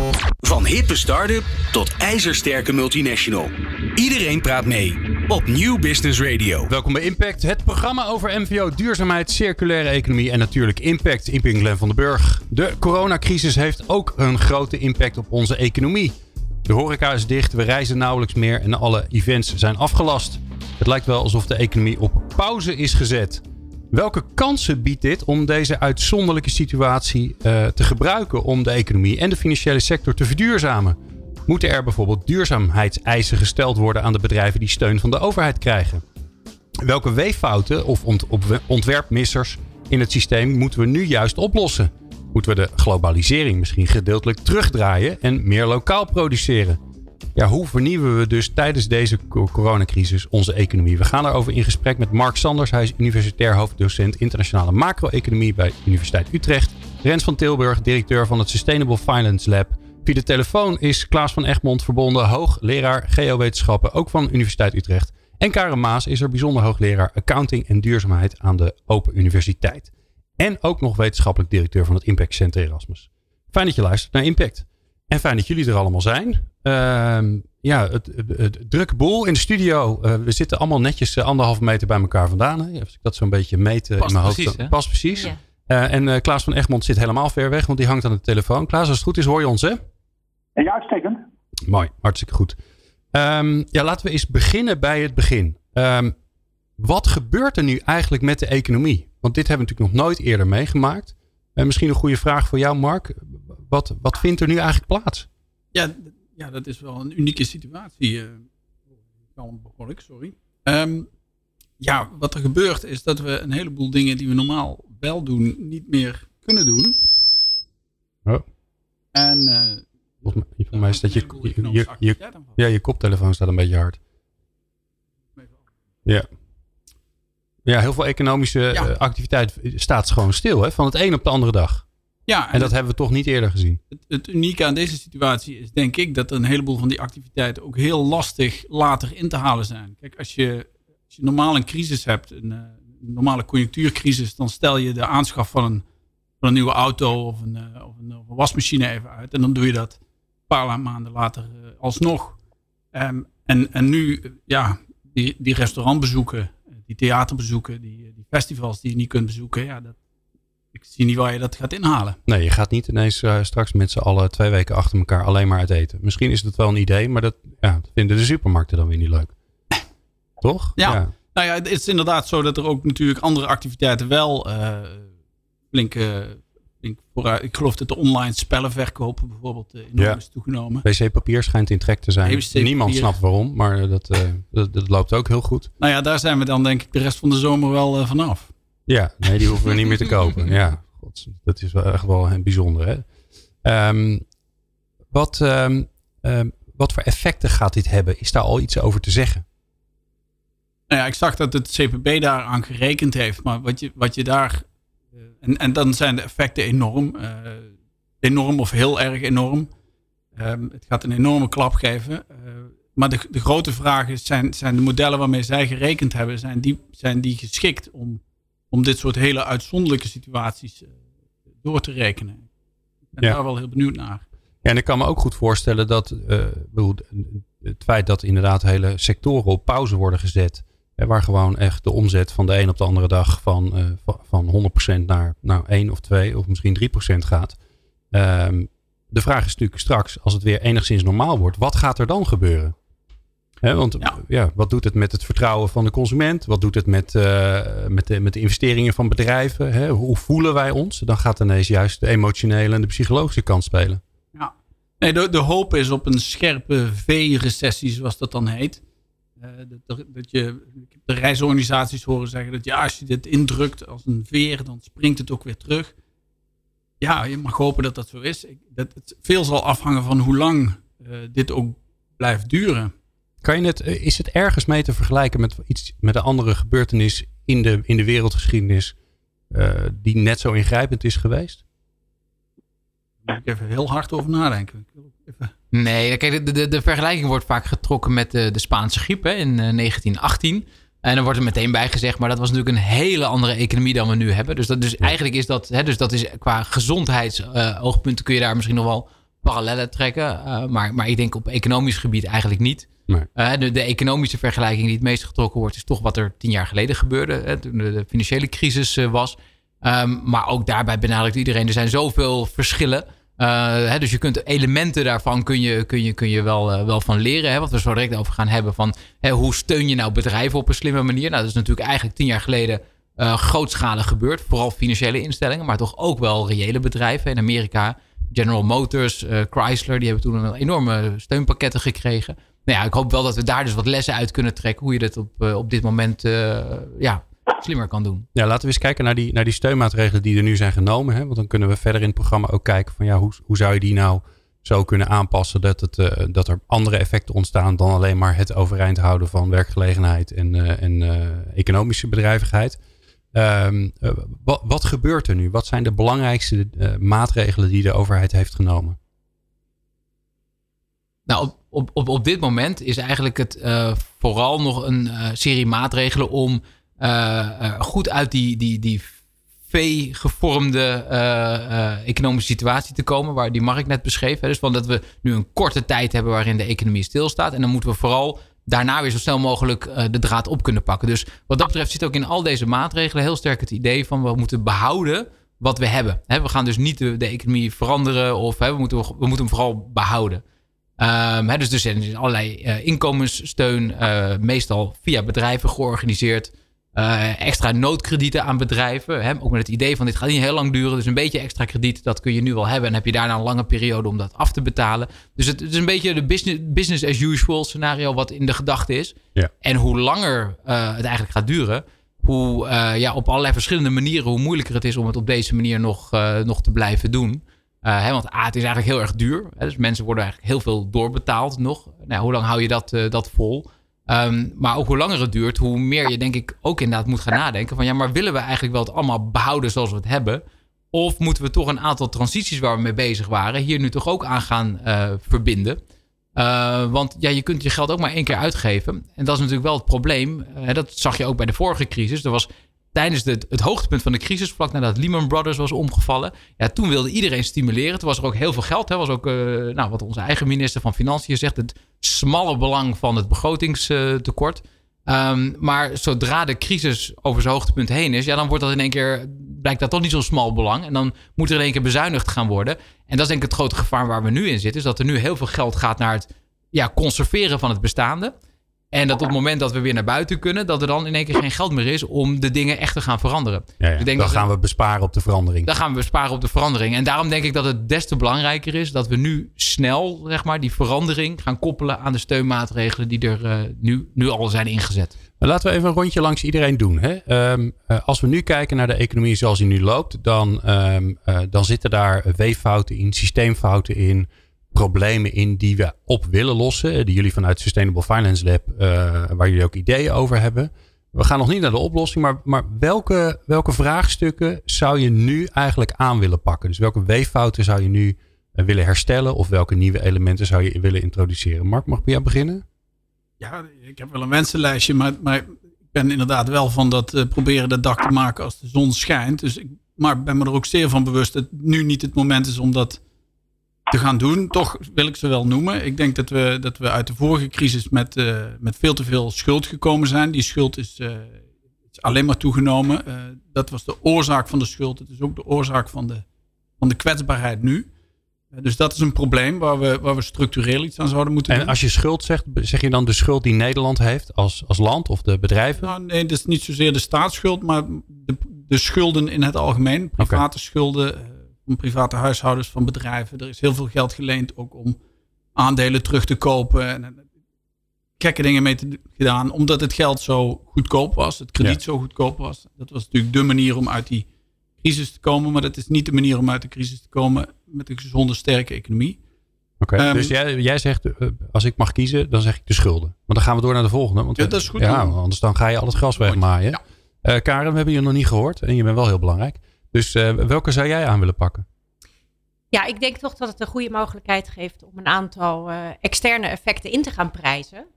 Van hippe start-up tot ijzersterke multinational. Iedereen praat mee op Nieuw Business Radio. Welkom bij Impact, het programma over MVO, duurzaamheid, circulaire economie en natuurlijk impact. Ik ben Glenn van den Burg. De coronacrisis heeft ook een grote impact op onze economie. De horeca is dicht, we reizen nauwelijks meer en alle events zijn afgelast. Het lijkt wel alsof de economie op pauze is gezet. Welke kansen biedt dit om deze uitzonderlijke situatie te gebruiken om de economie en de financiële sector te verduurzamen? Moeten er bijvoorbeeld duurzaamheidseisen gesteld worden aan de bedrijven die steun van de overheid krijgen? Welke weeffouten of ontwerpmissers in het systeem moeten we nu juist oplossen? Moeten we de globalisering misschien gedeeltelijk terugdraaien en meer lokaal produceren? Ja, hoe vernieuwen we dus tijdens deze coronacrisis onze economie? We gaan daarover in gesprek met Mark Sanders. Hij is universitair hoofddocent internationale macro-economie bij Universiteit Utrecht. Rens van Tilburg, directeur van het Sustainable Finance Lab. Via de telefoon is Klaas van Egmond verbonden, hoogleraar geowetenschappen, ook van Universiteit Utrecht. En Karen Maas is er bijzonder hoogleraar accounting en duurzaamheid aan de Open Universiteit. En ook nog wetenschappelijk directeur van het Impact Center Erasmus. Fijn dat je luistert naar Impact. En fijn dat jullie er allemaal zijn. Het drukke boel in de studio. We zitten allemaal netjes 1,5 meter bij elkaar vandaan. Hè? Als ik dat zo'n beetje meet in mijn hoofd. Hè? Past precies. Ja. En Klaas van Egmond zit helemaal ver weg, want die hangt aan de telefoon. Klaas, als het goed is, hoor je ons, hè? Ja, uitstekend. Mooi, hartstikke goed. Laten we eens beginnen bij het begin. Wat gebeurt er nu eigenlijk met de economie? Want dit hebben we natuurlijk nog nooit eerder meegemaakt. Misschien een goede vraag voor jou, Mark. Wat vindt er nu eigenlijk plaats? Ja, dat is wel een unieke situatie. Sorry. Wat er gebeurt is dat we een heleboel dingen die we normaal wel doen, niet meer kunnen doen. Oh. En volgens mij is dat je koptelefoon staat een beetje hard. Ja. Ja, heel veel economische activiteit staat gewoon stil, hè? Van het een op de andere dag. Ja, en dat hebben we toch niet eerder gezien. Het unieke aan deze situatie is denk ik dat een heleboel van die activiteiten ook heel lastig later in te halen zijn. Kijk, als je normaal een crisis hebt, een normale conjunctuurcrisis, dan stel je de aanschaf van een nieuwe auto of een wasmachine even uit. En dan doe je dat een paar maanden later alsnog. En nu, die restaurantbezoeken, die theaterbezoeken, die festivals die je niet kunt bezoeken, ik zie niet waar je dat gaat inhalen. Nee, je gaat niet ineens straks met z'n allen 2 weken achter elkaar alleen maar uit eten. Misschien is het wel een idee, maar dat vinden de supermarkten dan weer niet leuk. Toch? Ja. Nou ja, het is inderdaad zo dat er ook natuurlijk andere activiteiten wel flink vooruit. Ik geloof dat de online spellenverkopen bijvoorbeeld enorm is toegenomen. wc-papier schijnt in trek te zijn. Niemand snapt waarom, maar dat loopt ook heel goed. Nou ja, daar zijn we dan denk ik de rest van de zomer wel vanaf. Ja, nee, die hoeven we niet meer te kopen. Ja, God, dat is wel echt wel bijzonder. Hè? Wat voor effecten gaat dit hebben? Is daar al iets over te zeggen? Nou ja, ik zag dat het CPB daaraan gerekend heeft. Maar wat je daar... En dan zijn de effecten enorm. Enorm of heel erg enorm. Het gaat een enorme klap geven. Maar de grote vraag is, zijn de modellen waarmee zij gerekend hebben, zijn die geschikt om dit soort hele uitzonderlijke situaties door te rekenen? Ik ben daar wel heel benieuwd naar. Ja, en ik kan me ook goed voorstellen dat het feit dat inderdaad hele sectoren op pauze worden gezet, waar gewoon echt de omzet van de een op de andere dag van 100% naar 1 of 2 of misschien 3% gaat. De vraag is natuurlijk straks, als het weer enigszins normaal wordt, wat gaat er dan gebeuren? Want wat doet het met het vertrouwen van de consument? Wat doet het met de investeringen van bedrijven? Hoe voelen wij ons? Dan gaat ineens juist de emotionele en de psychologische kant spelen. Ja. Nee, de hoop is op een scherpe V-recessie, zoals dat dan heet. Ik heb de reisorganisaties horen zeggen dat als je dit indrukt als een veer, dan springt het ook weer terug. Ja, je mag hopen dat dat zo is. Veel zal afhangen van hoe lang dit ook blijft duren. Is het ergens mee te vergelijken met een andere gebeurtenis in de wereldgeschiedenis die net zo ingrijpend is geweest? Daar moet ik even heel hard over nadenken. Nee, kijk, de vergelijking wordt vaak getrokken met de Spaanse griep in 1918. En dan wordt er meteen bij gezegd, maar dat was natuurlijk een hele andere economie dan we nu hebben. Eigenlijk is dat, dus dat is qua gezondheidsoogpunten kun je daar misschien nog wel parallellen trekken. Maar ik denk op economisch gebied eigenlijk niet. Nee. De economische vergelijking die het meest getrokken wordt, is toch wat er 10 jaar geleden gebeurde. Toen de financiële crisis was. Maar ook daarbij benadrukt iedereen, er zijn zoveel verschillen. Dus je kunt elementen daarvan kun je wel van leren. Wat we zo direct over gaan hebben. Van hoe steun je nou bedrijven op een slimme manier? Nou, dat is natuurlijk eigenlijk 10 jaar geleden grootschalig gebeurd. Vooral financiële instellingen, maar toch ook wel reële bedrijven. In Amerika, General Motors, Chrysler, die hebben toen een enorme steunpakketten gekregen. Nou ja, ik hoop wel dat we daar dus wat lessen uit kunnen trekken. Hoe je dat op dit moment slimmer kan doen. Ja, laten we eens kijken naar die steunmaatregelen die er nu zijn genomen. Hè? Want dan kunnen we verder in het programma ook kijken van hoe zou je die nou zo kunnen aanpassen dat er andere effecten ontstaan dan alleen maar het overeind houden van werkgelegenheid en economische bedrijvigheid. Wat gebeurt er nu? Wat zijn de belangrijkste maatregelen die de overheid heeft genomen? Nou, op dit moment is eigenlijk het vooral nog een serie maatregelen om goed uit die V-gevormde economische situatie te komen, waar die Mark net beschreef. Dus van dat we nu een korte tijd hebben waarin de economie stilstaat. En dan moeten we vooral daarna weer zo snel mogelijk de draad op kunnen pakken. Dus wat dat betreft zit ook in al deze maatregelen heel sterk het idee van we moeten behouden wat we hebben. We gaan dus niet de economie veranderen of we moeten hem vooral behouden. Dus er zijn allerlei inkomenssteun, meestal via bedrijven georganiseerd. Extra noodkredieten aan bedrijven. Ook met het idee van dit gaat niet heel lang duren. Dus een beetje extra krediet, dat kun je nu wel hebben. En heb je daarna een lange periode om dat af te betalen. Dus het is een beetje de business as usual scenario wat in de gedachte is. Ja. En hoe langer het eigenlijk gaat duren, hoe op allerlei verschillende manieren, hoe moeilijker het is om het op deze manier nog te blijven doen. Want het is eigenlijk heel erg duur. Dus mensen worden eigenlijk heel veel doorbetaald nog. Nou, hoe lang hou je dat vol? Maar ook hoe langer het duurt, hoe meer je denk ik ook inderdaad moet gaan nadenken van maar willen we eigenlijk wel het allemaal behouden zoals we het hebben? Of moeten we toch een aantal transities waar we mee bezig waren hier nu toch ook aan gaan verbinden? Want je kunt je geld ook maar 1 keer uitgeven. En dat is natuurlijk wel het probleem. Dat zag je ook bij de vorige crisis. Er was tijdens het hoogtepunt van de crisis, vlak nadat Lehman Brothers was omgevallen. Ja, toen wilde iedereen stimuleren. Toen was er ook heel veel geld. Was ook, wat onze eigen minister van Financiën zegt, het smalle belang van het begrotingstekort. Maar zodra de crisis over zijn hoogtepunt heen is, dan wordt dat in één keer, blijkt dat toch niet zo'n smal belang. En dan moet er in één keer bezuinigd gaan worden. En dat is denk ik het grote gevaar waar we nu in zitten. Is dat er nu heel veel geld gaat naar het conserveren van het bestaande. En dat op het moment dat we weer naar buiten kunnen, dat er dan in één keer geen geld meer is om de dingen echt te gaan veranderen. Ja. Ik denk dan gaan we besparen op de verandering. Dan gaan we besparen op de verandering. En daarom denk ik dat het des te belangrijker is dat we nu snel die verandering gaan koppelen aan de steunmaatregelen die er nu al zijn ingezet. Laten we even een rondje langs iedereen doen. Hè? Als we nu kijken naar de economie zoals die nu loopt, dan zitten daar weeffouten in, systeemfouten in, problemen in die we op willen lossen. Die jullie vanuit Sustainable Finance Lab, waar jullie ook ideeën over hebben. We gaan nog niet naar de oplossing, maar welke vraagstukken zou je nu eigenlijk aan willen pakken? Dus welke weeffouten zou je nu willen herstellen of welke nieuwe elementen zou je willen introduceren? Mark, mag ik bij jou beginnen? Ja, ik heb wel een wensenlijstje, maar ik ben inderdaad wel van dat proberen dat dak te maken als de zon schijnt. Maar ben me er ook zeer van bewust dat nu niet het moment is om dat te gaan doen. Toch wil ik ze wel noemen. Ik denk dat we uit de vorige crisis met veel te veel schuld gekomen zijn. Die schuld is alleen maar toegenomen. Dat was de oorzaak van de schuld. Het is ook de oorzaak van de kwetsbaarheid nu. Dus dat is een probleem waar we structureel iets aan zouden moeten doen. En als je schuld zegt, zeg je dan de schuld die Nederland heeft als land of de bedrijven? Nou, nee, dat is niet zozeer de staatsschuld, maar de schulden in het algemeen. Private schulden van private huishoudens, van bedrijven. Er is heel veel geld geleend ook om aandelen terug te kopen. En gekke dingen mee gedaan, omdat het geld zo goedkoop was. Het krediet zo goedkoop was. Dat was natuurlijk de manier om uit die crisis te komen. Maar dat is niet de manier om uit de crisis te komen met een gezonde, sterke economie. Oké, dus jij zegt, als ik mag kiezen, dan zeg ik de schulden. Want dan gaan we door naar de volgende. Want dat is goed. Ja, anders dan ga je al het gras wegmaaien. Ja. Karen, we hebben je nog niet gehoord. En je bent wel heel belangrijk. Dus welke zou jij aan willen pakken? Ja, ik denk toch dat het een goede mogelijkheid geeft om een aantal externe effecten in te gaan prijzen.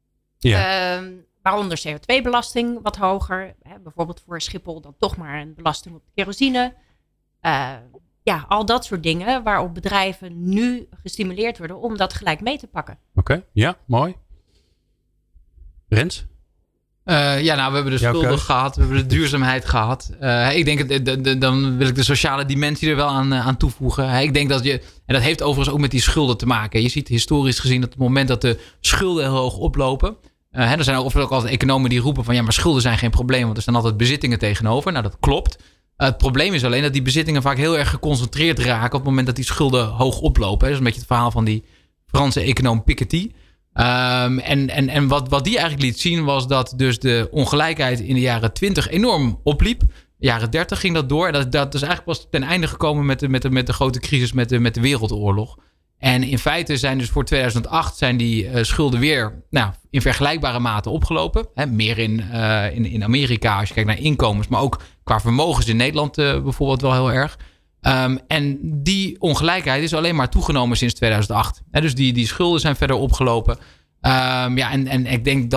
Ja. Waaronder CO2-belasting wat hoger. Bijvoorbeeld voor Schiphol dan toch maar een belasting op de kerosine. al dat soort dingen waarop bedrijven nu gestimuleerd worden om dat gelijk mee te pakken. Oké, ja, mooi. Rens? We hebben de schulden gehad. We hebben de duurzaamheid gehad. Ik denk, dan wil ik de sociale dimensie er wel aan toevoegen. Ik denk dat en dat heeft overigens ook met die schulden te maken. Je ziet historisch gezien dat op het moment dat de schulden heel hoog oplopen. Er zijn ook altijd economen die roepen van maar schulden zijn geen probleem. Want er staan altijd bezittingen tegenover. Nou, dat klopt. Het probleem is alleen dat die bezittingen vaak heel erg geconcentreerd raken op het moment dat die schulden hoog oplopen. Dat is een beetje het verhaal van die Franse econoom Piketty. En wat die eigenlijk liet zien was dat dus de ongelijkheid in de jaren 20 enorm opliep. Jaren 30 ging dat door. Dat is eigenlijk pas ten einde gekomen met de grote crisis met de Wereldoorlog. En in feite zijn dus voor 2008 zijn die schulden weer in vergelijkbare mate opgelopen. Meer in Amerika als je kijkt naar inkomens, maar ook qua vermogens in Nederland bijvoorbeeld wel heel erg. En die ongelijkheid is alleen maar toegenomen sinds 2008. Dus die schulden zijn verder opgelopen. En ik denk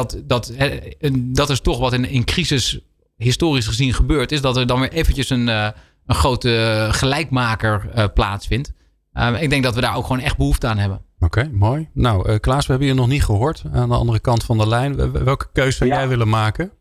dat is toch wat in crisis historisch gezien gebeurt. Is dat er dan weer eventjes een grote gelijkmaker plaatsvindt. Ik denk dat we daar ook gewoon echt behoefte aan hebben. Oké, mooi. Nou, Klaas, we hebben je nog niet gehoord aan de andere kant van de lijn. Welke keuze zou jij willen maken?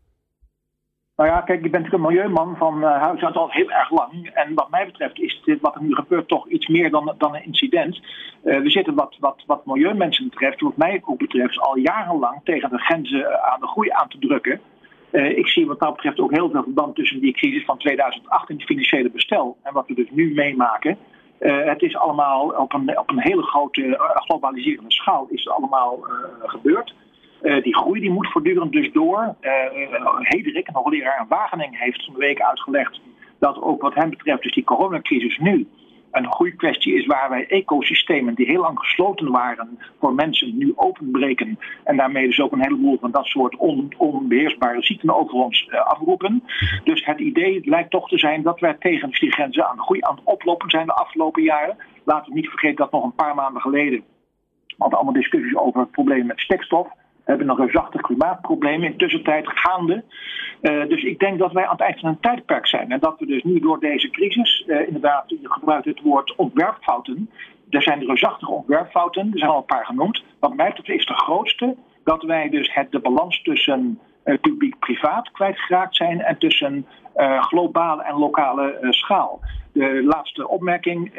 Nou ja, kijk, je bent natuurlijk een milieuman van huis uit al heel erg lang. En wat mij betreft is dit wat er nu gebeurt toch iets meer dan een incident. We zitten wat milieumensen betreft, wat mij ook betreft, al jarenlang tegen de grenzen aan de groei aan te drukken. Ik zie wat dat betreft ook heel veel verband tussen die crisis van 2008 en het financiële bestel. En wat we dus nu meemaken. Het is allemaal op een hele grote globaliserende schaal is het allemaal gebeurd. Die groei die moet voortdurend dus door. Hederik, een hoogleraar in Wageningen, heeft van de week uitgelegd dat ook wat hem betreft dus die coronacrisis nu een groeikwestie is waar wij ecosystemen die heel lang gesloten waren voor mensen nu openbreken. En daarmee dus ook een heleboel van dat soort onbeheersbare ziekten over ons afroepen. Dus het idee lijkt toch te zijn dat wij tegen die grenzen aan de groei aan het oplopen zijn de afgelopen jaren. Laten we niet vergeten dat nog een paar maanden geleden hadden allemaal discussies over het probleem met stikstof. We hebben een reusachtig klimaatprobleem in de tussentijd gaande. Dus ik denk dat wij aan het eind van een tijdperk zijn. En dat we dus nu door deze crisis, inderdaad, je gebruikt het woord ontwerpfouten. Er zijn reusachtige ontwerpfouten, er zijn al een paar genoemd. Wat mij betreft is de grootste dat wij dus de balans tussen publiek-privaat kwijtgeraakt zijn en tussen globale en lokale schaal. De laatste opmerking,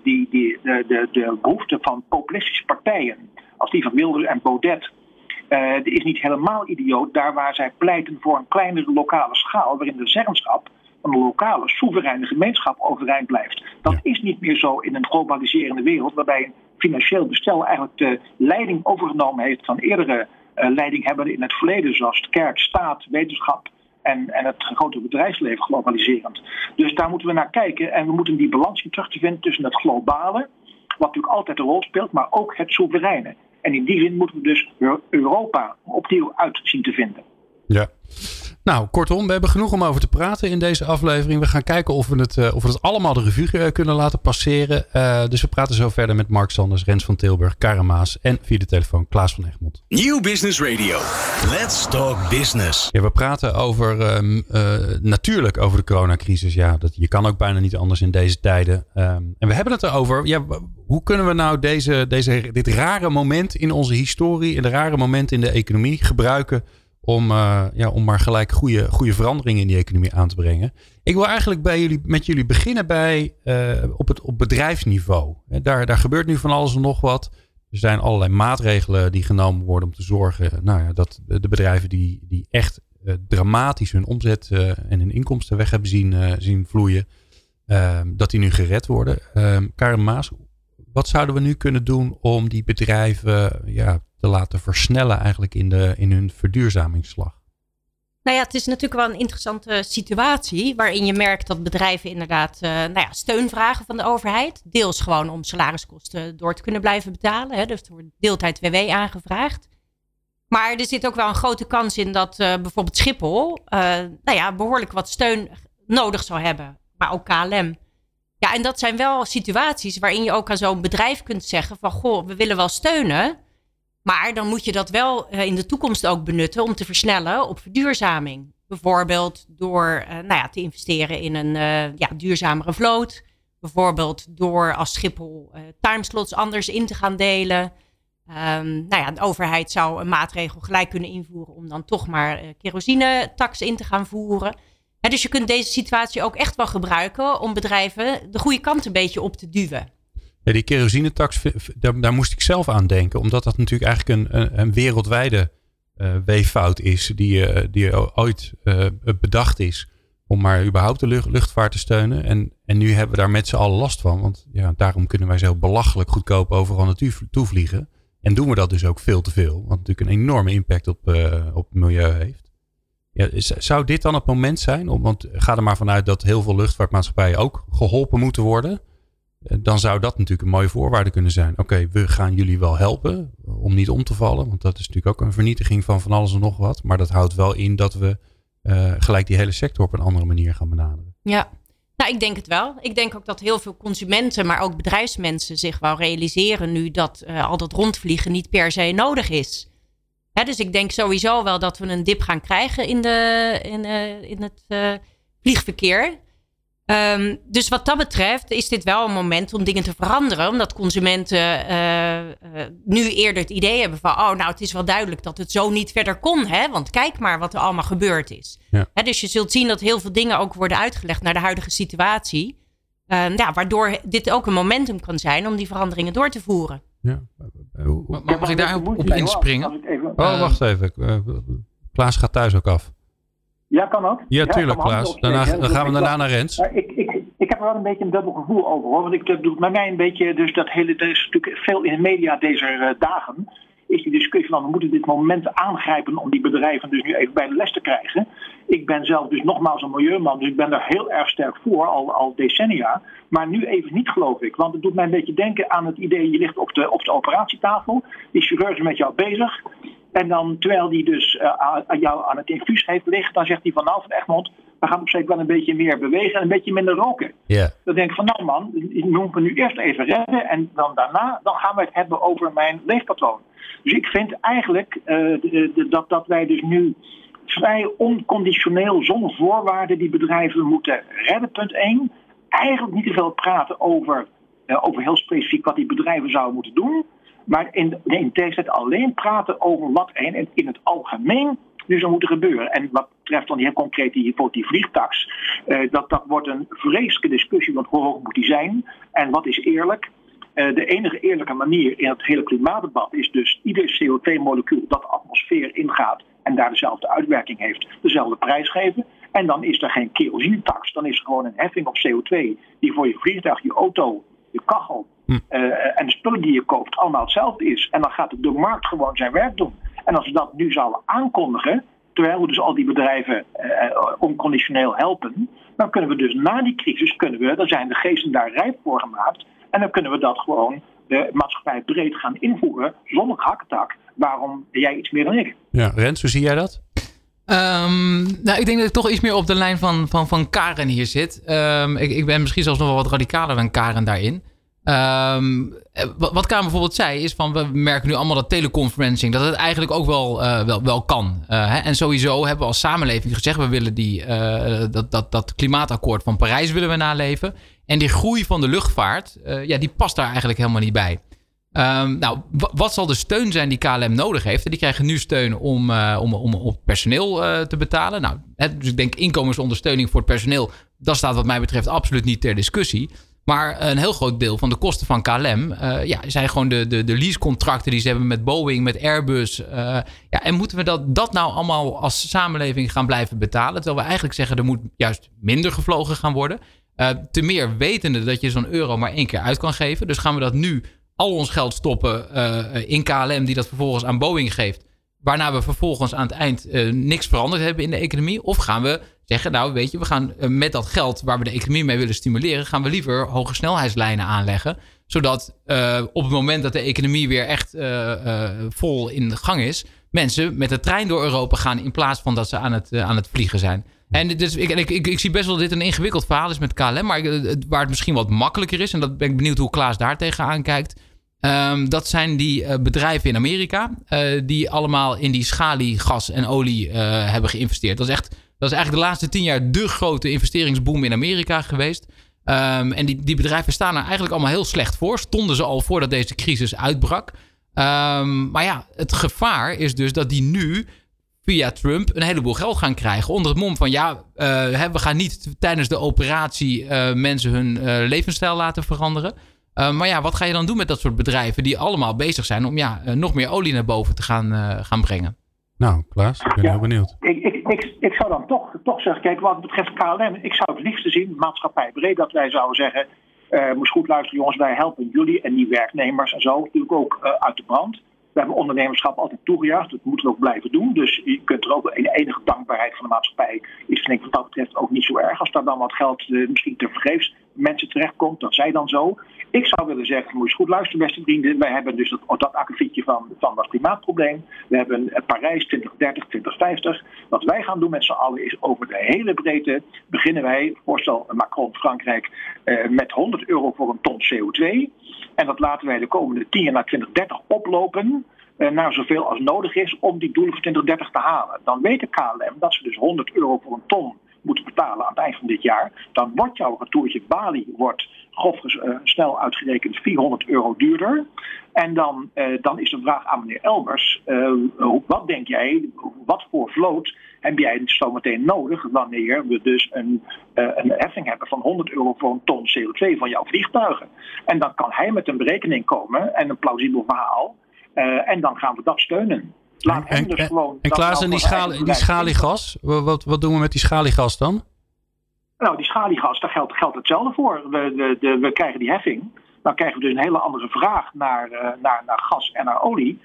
de behoefte van populistische partijen, als die van Wilders en Baudet, die is niet helemaal idioot daar waar zij pleiten voor een kleinere lokale schaal, waarin de zeggenschap van een lokale, soevereine gemeenschap overeind blijft. Dat is niet meer zo in een globaliserende wereld, waarbij een financieel bestel eigenlijk de leiding overgenomen heeft van eerdere leidinghebbenden in het verleden, zoals kerk, staat, wetenschap en het grote bedrijfsleven globaliserend. Dus daar moeten we naar kijken en we moeten die balans zien terug te vinden tussen het globale, wat natuurlijk altijd een rol speelt, maar ook het soevereine. En in die zin moeten we dus Europa opnieuw uit zien te vinden. Ja. Nou, kortom, we hebben genoeg om over te praten in deze aflevering. We gaan kijken of we het allemaal de revue kunnen laten passeren. Dus we praten zo verder met Mark Sanders, Rens van Tilburg, Karen Maas en via de telefoon Klaas van Egmond. Nieuw Business Radio. Let's talk business. Ja, we praten natuurlijk over de coronacrisis. Ja, je kan ook bijna niet anders in deze tijden. En we hebben het erover. Ja, hoe kunnen we nou dit rare moment in onze historie, in de rare momenten in de economie gebruiken om maar gelijk goede veranderingen in die economie aan te brengen. Ik wil eigenlijk met jullie beginnen op bedrijfsniveau. Daar gebeurt nu van alles en nog wat. Er zijn allerlei maatregelen die genomen worden om te zorgen dat de bedrijven die echt dramatisch hun omzet en hun inkomsten weg hebben zien vloeien, dat die nu gered worden. Karen Maas, wat zouden we nu kunnen doen om die bedrijven te laten versnellen eigenlijk in hun verduurzamingsslag? Nou ja, het is natuurlijk wel een interessante situatie waarin je merkt dat bedrijven inderdaad steun vragen van de overheid. Deels gewoon om salariskosten door te kunnen blijven betalen. Hè, dus er wordt deeltijd WW aangevraagd. Maar er zit ook wel een grote kans in dat bijvoorbeeld Schiphol behoorlijk wat steun nodig zou hebben. Maar ook KLM. Ja, en dat zijn wel situaties waarin je ook aan zo'n bedrijf kunt zeggen van goh, we willen wel steunen. Maar dan moet je dat wel in de toekomst ook benutten om te versnellen op verduurzaming. Bijvoorbeeld door te investeren in een duurzamere vloot. Bijvoorbeeld door als Schiphol timeslots anders in te gaan delen. De overheid zou een maatregel gelijk kunnen invoeren om dan toch maar kerosinetax in te gaan voeren. Dus je kunt deze situatie ook echt wel gebruiken om bedrijven de goede kant een beetje op te duwen. Ja, die kerosinetax, daar moest ik zelf aan denken. Omdat dat natuurlijk eigenlijk een wereldwijde weeffout is die ooit bedacht is om maar überhaupt de luchtvaart te steunen. En nu hebben we daar met z'n allen last van. Want daarom kunnen wij zo belachelijk goedkoop overal naartoe vliegen. En doen we dat dus ook veel te veel. Wat natuurlijk een enorme impact op het milieu heeft. Ja, zou dit dan het moment zijn? Want ga er maar vanuit dat heel veel luchtvaartmaatschappijen ook geholpen moeten worden. Dan zou dat natuurlijk een mooie voorwaarde kunnen zijn. Oké, we gaan jullie wel helpen om niet om te vallen. Want dat is natuurlijk ook een vernietiging van alles en nog wat. Maar dat houdt wel in dat we gelijk die hele sector op een andere manier gaan benaderen. Ja, ik denk het wel. Ik denk ook dat heel veel consumenten, maar ook bedrijfsmensen zich wel realiseren nu dat al dat rondvliegen niet per se nodig is. Dus ik denk sowieso wel dat we een dip gaan krijgen in het vliegverkeer. Dus wat dat betreft is dit wel een moment om dingen te veranderen. Omdat consumenten nu eerder het idee hebben van het is wel duidelijk dat het zo niet verder kon. Hè? Want kijk maar wat er allemaal gebeurd is. Ja. Dus je zult zien dat heel veel dingen ook worden uitgelegd naar de huidige situatie. Waardoor dit ook een momentum kan zijn om die veranderingen door te voeren. Ja. Mag ik daar op inspringen? Wacht even. Klaas gaat thuis ook af. Ja, kan ook. Ja, tuurlijk, Klaas. Dan gaan we daarna naar Rens. Ik heb er wel een beetje een dubbel gevoel over, hoor. Want ik doe bij mij een beetje, dus dat hele, er is natuurlijk veel in de media deze dagen, is die discussie van we moeten dit moment aangrijpen om die bedrijven dus nu even bij de les te krijgen. Ik ben zelf dus nogmaals een milieuman, dus ik ben daar heel erg sterk voor, al decennia. Maar nu even niet, geloof ik. Want het doet mij een beetje denken aan het idee, je ligt op de operatietafel, die chirurg is met jou bezig. En dan, terwijl die dus jou aan het infuus heeft liggen, dan zegt hij van Egmond, we gaan op zich wel een beetje meer bewegen en een beetje minder roken. Yeah. Dan denk ik van man, we moeten nu eerst even redden en dan daarna gaan we het hebben over mijn leefpatroon. Dus ik vind eigenlijk dat wij dus nu vrij onconditioneel, zonder voorwaarden, die bedrijven moeten redden, punt 1. Eigenlijk niet te veel praten over heel specifiek wat die bedrijven zouden moeten doen. Maar in tegenstelling alleen praten over wat in het algemeen nu zou moeten gebeuren. En wat betreft dan heel concreet die vliegtax. Dat wordt een vreselijke discussie. Want hoe hoog moet die zijn? En wat is eerlijk? De enige eerlijke manier in het hele klimaatdebat is dus ieder CO2-molecuul dat de atmosfeer ingaat en daar dezelfde uitwerking heeft, dezelfde prijs geven. En dan is er geen kerosinetax. Dan is er gewoon een heffing op CO2 die voor je vliegtuig, je auto, je kachel en de spullen die je koopt allemaal hetzelfde is. En dan gaat de markt gewoon zijn werk doen. En als we dat nu zouden aankondigen, terwijl we dus al die bedrijven onconditioneel helpen, dan kunnen we dus na die crisis, dan zijn de geesten daar rijp voor gemaakt. En dan kunnen we dat gewoon de maatschappij breed gaan invoeren, zonder hakketak. Waarom ben jij iets meer dan ik? Ja, Rens, hoe zie jij dat? Ik denk dat ik toch iets meer op de lijn van Karen hier zit. Ik ben misschien zelfs nog wel wat radicaler dan Karen daarin. Wat Karen bijvoorbeeld zei is van we merken nu allemaal dat teleconferencing, dat het eigenlijk ook wel kan. En sowieso hebben we als samenleving gezegd we willen dat klimaatakkoord van Parijs willen we naleven. En die groei van de luchtvaart, die past daar eigenlijk helemaal niet bij. Wat zal de steun zijn die KLM nodig heeft? Die krijgen nu steun om op personeel te betalen. Dus ik denk inkomensondersteuning voor het personeel, dat staat wat mij betreft absoluut niet ter discussie. Maar een heel groot deel van de kosten van KLM zijn gewoon de leasecontracten die ze hebben met Boeing, met Airbus. En moeten we dat nou allemaal als samenleving gaan blijven betalen? Terwijl we eigenlijk zeggen er moet juist minder gevlogen gaan worden. Te meer wetende dat je zo'n euro maar 1 keer uit kan geven. Dus gaan we dat nu al ons geld stoppen in KLM die dat vervolgens aan Boeing geeft. Waarna we vervolgens aan het eind niks veranderd hebben in de economie. Of gaan we zeggen, we gaan met dat geld waar we de economie mee willen stimuleren, gaan we liever hoge snelheidslijnen aanleggen. Zodat op het moment dat de economie weer echt vol in de gang is, mensen met de trein door Europa gaan in plaats van dat ze aan het vliegen zijn. En dus ik zie best wel dat dit een ingewikkeld verhaal is met KLM. Maar waar het misschien wat makkelijker is, en dat ben ik benieuwd hoe Klaas daar tegenaan kijkt. Dat zijn die bedrijven in Amerika die allemaal in die schalie gas en olie hebben geïnvesteerd. Dat is eigenlijk de laatste 10 jaar de grote investeringsboom in Amerika geweest. En die bedrijven staan er eigenlijk allemaal heel slecht voor. Stonden ze al voordat deze crisis uitbrak. Maar ja, het gevaar is dus dat die nu via Trump een heleboel geld gaan krijgen. Onder het mom van we gaan niet tijdens de operatie mensen hun levensstijl laten veranderen. Maar ja, wat ga je dan doen met dat soort bedrijven die allemaal bezig zijn om nog meer olie naar boven te gaan brengen? Nou, Klaas, ik ben heel benieuwd. Ik zou dan toch zeggen, kijk, wat betreft KLM, ik zou het liefst zien, maatschappij breed, dat wij zouden zeggen, moest goed luisteren jongens, wij helpen jullie en die werknemers en zo, natuurlijk ook uit de brand. We hebben ondernemerschap altijd toegejuicht, dat moeten we ook blijven doen. Dus je kunt er ook enige dankbaarheid van de maatschappij is, vind ik wat dat betreft ook niet zo erg. Als daar dan wat geld misschien te vergeefs mensen terechtkomt, dat zij dan zo. Ik zou willen zeggen, moet je goed luisteren beste vrienden. Wij hebben dus dat akkefietje van dat klimaatprobleem. We hebben Parijs 2030, 2050. Wat wij gaan doen met z'n allen is over de hele breedte beginnen wij, voorstel Macron Frankrijk, met €100 voor een ton CO2. En dat laten wij de komende 10 jaar naar 2030 oplopen naar zoveel als nodig is om die doelen voor 2030 te halen. Dan weet de KLM dat ze dus €100 voor een ton moeten betalen aan het eind van dit jaar. Dan wordt jouw retourtje Bali snel uitgerekend €400 duurder. En dan is de vraag aan meneer Elbers, wat denk jij, wat voor vloot heb jij zo meteen nodig wanneer we dus een heffing hebben van €100 voor een ton CO2 van jouw vliegtuigen. En dan kan hij met een berekening komen en een plausibel verhaal. En dan gaan we dat steunen. Laat hem dus gewoon. En Klaas, en die schaliegas, wat doen we met die schaliegas dan? Nou, die schaliegas, daar geldt hetzelfde voor. We krijgen die heffing. Dan krijgen we dus een hele andere vraag naar gas en naar olie.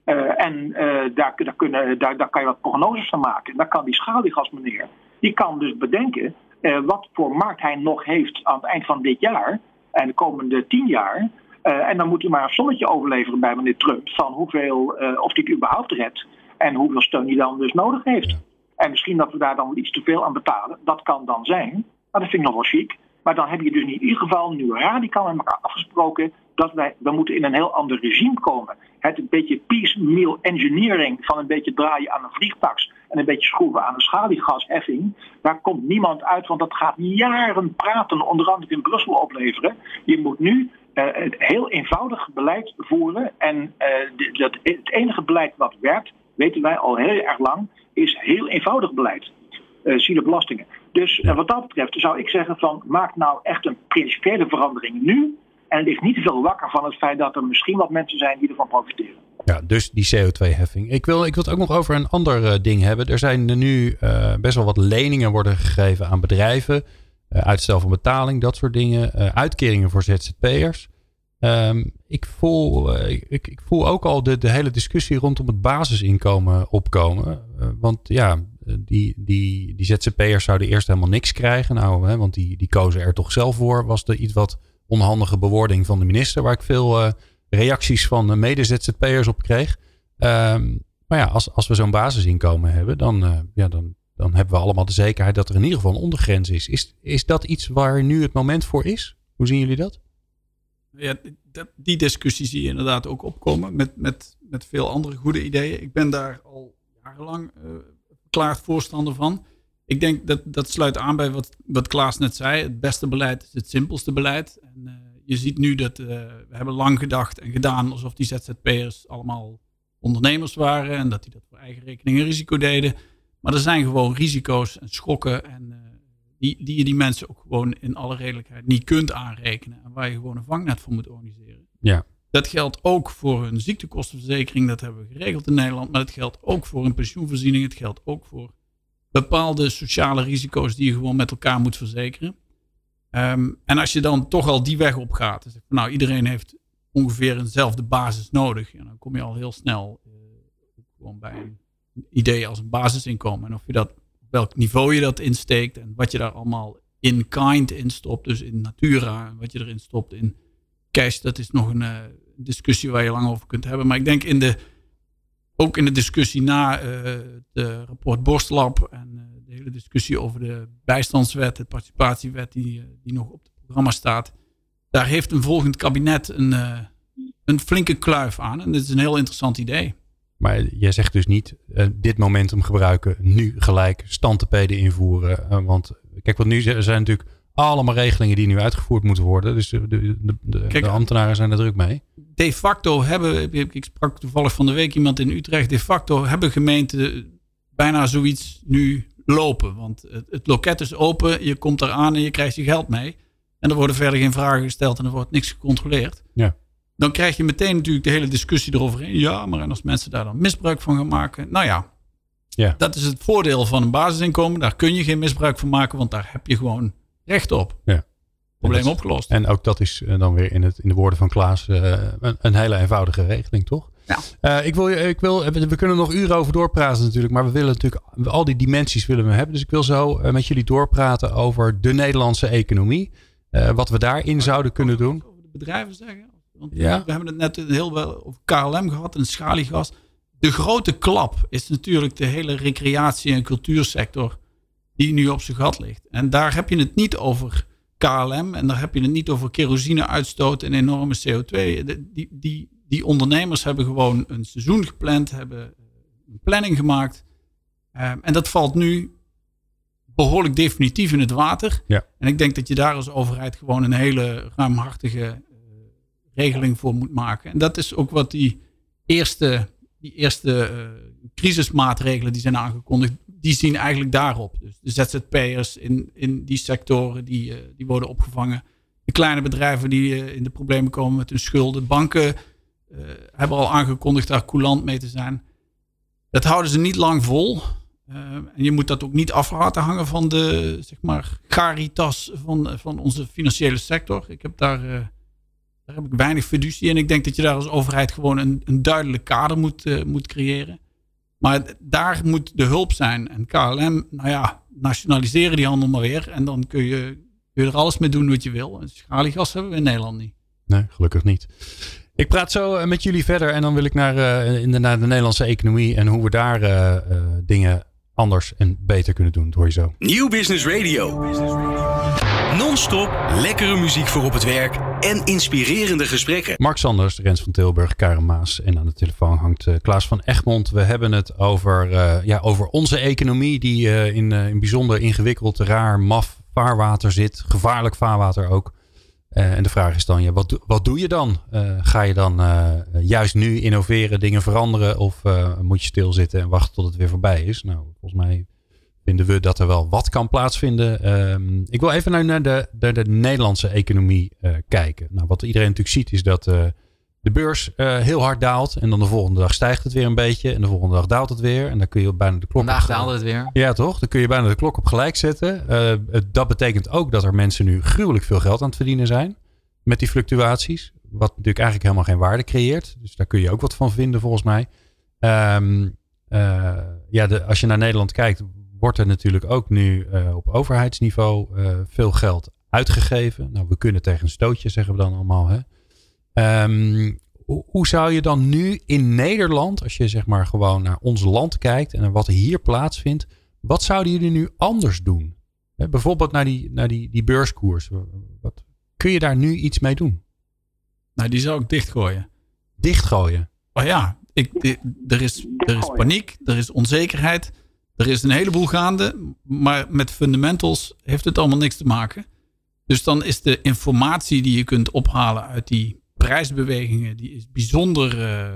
Daar kan je wat prognoses van maken. Dan kan die schaliegas meneer, die kan dus bedenken wat voor markt hij nog heeft aan het eind van dit jaar en de komende 10 jaar. En dan moet hij maar een sommetje overleveren bij meneer Trump van hoeveel, of hij het überhaupt redt en hoeveel steun hij dan dus nodig heeft. Ja. En misschien dat we daar dan iets te veel aan betalen. Dat kan dan zijn. Maar dat vind ik nog wel chic. Maar dan heb je dus in ieder geval nu radicaal met elkaar afgesproken dat we moeten in een heel ander regime komen. Het een beetje piecemeal engineering van een beetje draaien aan een vliegtax en een beetje schroeven aan een schaliegasheffing. Daar komt niemand uit, want dat gaat jaren praten, onder andere in Brussel opleveren. Je moet nu het heel eenvoudig beleid voeren. En het enige beleid wat werkt, weten wij al heel erg lang, is heel eenvoudig beleid. Zie de belastingen. Dus wat dat betreft zou ik zeggen van maak nou echt een principiële verandering nu. En ligt niet te veel wakker van het feit dat er misschien wat mensen zijn die ervan profiteren. Ja, dus die CO2-heffing. Ik wil het ook nog over een ander ding hebben. Er zijn er nu best wel wat leningen worden gegeven aan bedrijven. Uitstel van betaling, dat soort dingen. Uitkeringen voor ZZP'ers. Ik voel ook al de hele discussie rondom het basisinkomen opkomen. Want ja, die ZZP'ers zouden eerst helemaal niks krijgen. Nou, want die kozen er toch zelf voor. Was er iets wat onhandige bewoording van de minister, waar ik veel reacties van mede-ZZP'ers op kreeg. Maar ja, als we zo'n basisinkomen hebben, dan hebben we allemaal de zekerheid dat er in ieder geval een ondergrens is. Is dat iets waar nu het moment voor is? Hoe zien jullie dat? Ja, die discussie zie je inderdaad ook opkomen met veel andere goede ideeën. Ik ben daar al jarenlang verklaard voorstander van. Ik denk dat sluit aan bij wat Klaas net zei. Het beste beleid is het simpelste beleid. En je ziet nu dat we hebben lang gedacht en gedaan alsof die ZZP'ers allemaal ondernemers waren. En dat die dat voor eigen rekening en risico deden. Maar er zijn gewoon risico's en schokken. En die je die mensen ook gewoon in alle redelijkheid niet kunt aanrekenen. En waar je gewoon een vangnet voor moet organiseren. Ja. Dat geldt ook voor hun ziektekostenverzekering. Dat hebben we geregeld in Nederland. Maar het geldt ook voor een pensioenvoorziening. Het geldt ook voor bepaalde sociale risico's die je gewoon met elkaar moet verzekeren. En als je dan toch al die weg op gaat. Dus nou, iedereen heeft ongeveer eenzelfde basis nodig. En dan kom je al heel snel gewoon bij een idee als een basisinkomen. En of je dat, op welk niveau je dat insteekt. En wat je daar allemaal in kind in stopt. Dus in natura. En wat je erin stopt in cash. Dat is nog een discussie waar je lang over kunt hebben. Maar ik denk ook in de discussie na het rapport Borstlab en de hele discussie over de bijstandswet, de participatiewet die nog op het programma staat. Daar heeft een volgend kabinet een flinke kluif aan. En dit is een heel interessant idee. Maar jij zegt dus niet dit momentum gebruiken, nu gelijk standtepeden invoeren. Want kijk, wat nu zijn natuurlijk allemaal regelingen die nu uitgevoerd moeten worden. Dus de ambtenaren zijn er druk mee. De facto ik sprak toevallig van de week iemand in Utrecht. De facto hebben gemeenten bijna zoiets nu lopen. Want het loket is open, je komt eraan en je krijgt je geld mee. En er worden verder geen vragen gesteld en er wordt niks gecontroleerd. Ja. Dan krijg je meteen natuurlijk de hele discussie eroverheen. Ja, maar en als mensen daar dan misbruik van gaan maken. Nou ja, dat is het voordeel van een basisinkomen. Daar kun je geen misbruik van maken, want daar heb je gewoon recht op. Ja. Probleem opgelost. En ook dat is dan weer in de woorden van Klaas een hele eenvoudige regeling, toch? Ja. We kunnen nog uren over doorpraten natuurlijk, maar we willen natuurlijk al die dimensies willen we hebben. Dus ik wil zo met jullie doorpraten over de Nederlandse economie. Wat we daarin zouden kunnen doen. Over de bedrijven zeggen. Want we hebben het net heel wel over KLM gehad en schaliegas. De grote klap is natuurlijk de hele recreatie- en cultuursector die nu op zijn gat ligt. En daar heb je het niet over KLM en daar heb je het niet over kerosine-uitstoot en enorme CO2. Die ondernemers hebben gewoon een seizoen gepland, hebben een planning gemaakt. En dat valt nu behoorlijk definitief in het water. Ja. En ik denk dat je daar als overheid gewoon een hele ruimhartige regeling voor moet maken. En dat is ook wat die eerste crisismaatregelen die zijn aangekondigd, die zien eigenlijk daarop. Dus de ZZP'ers in die sectoren die worden opgevangen. De kleine bedrijven die in de problemen komen met hun schulden. Banken hebben al aangekondigd daar coulant mee te zijn. Dat houden ze niet lang vol. En je moet dat ook niet af laten hangen van de, zeg maar, caritas van onze financiële sector. Daar heb ik weinig fiducie in. Ik denk dat je daar als overheid gewoon een duidelijk kader moet creëren. Maar daar moet de hulp zijn. En KLM, nationaliseren die handel maar weer. En dan kun je er alles mee doen wat je wil. En schaliegas hebben we in Nederland niet. Nee, gelukkig niet. Ik praat zo met jullie verder. En dan wil ik naar de Nederlandse economie. En hoe we daar dingen anders en beter kunnen doen. Dat hoor je zo. Nieuw Business Radio. Non-stop lekkere muziek voor op het werk en inspirerende gesprekken. Mark Sanders, Rens van Tilburg, Karen Maas en aan de telefoon hangt Klaas van Egmond. We hebben het over onze economie die in bijzonder ingewikkeld, raar, maf vaarwater zit. Gevaarlijk vaarwater ook. En de vraag is dan, wat doe je dan? Ga je dan juist nu innoveren, dingen veranderen? Of moet je stilzitten en wachten tot het weer voorbij is? Nou, volgens mij vinden we dat er wel wat kan plaatsvinden. Ik wil even naar de Nederlandse economie kijken. Nou, wat iedereen natuurlijk ziet is dat de beurs heel hard daalt. En dan de volgende dag stijgt het weer een beetje. En de volgende dag daalt het weer. En dan kun je bijna de klok... Vandaag daalde het weer. Ja, toch? Dan kun je bijna de klok op gelijk zetten. Dat betekent ook dat er mensen nu gruwelijk veel geld aan het verdienen zijn. Met die fluctuaties. Wat natuurlijk eigenlijk helemaal geen waarde creëert. Dus daar kun je ook wat van vinden volgens mij. Als je naar Nederland kijkt, wordt er natuurlijk ook nu op overheidsniveau veel geld uitgegeven. Nou, we kunnen tegen een stootje, zeggen we dan allemaal. Hè? Hoe zou je dan nu in Nederland, als je zeg maar gewoon naar ons land kijkt en naar wat er hier plaatsvindt, wat zouden jullie nu anders doen? Bijvoorbeeld naar die beurskoers. Kun je daar nu iets mee doen? Nou, die zou ik dichtgooien. Dichtgooien? Maar ja, er is paniek, er is onzekerheid, er is een heleboel gaande, maar met fundamentals heeft het allemaal niks te maken. Dus dan is de informatie die je kunt ophalen uit die prijsbewegingen, die is bijzonder...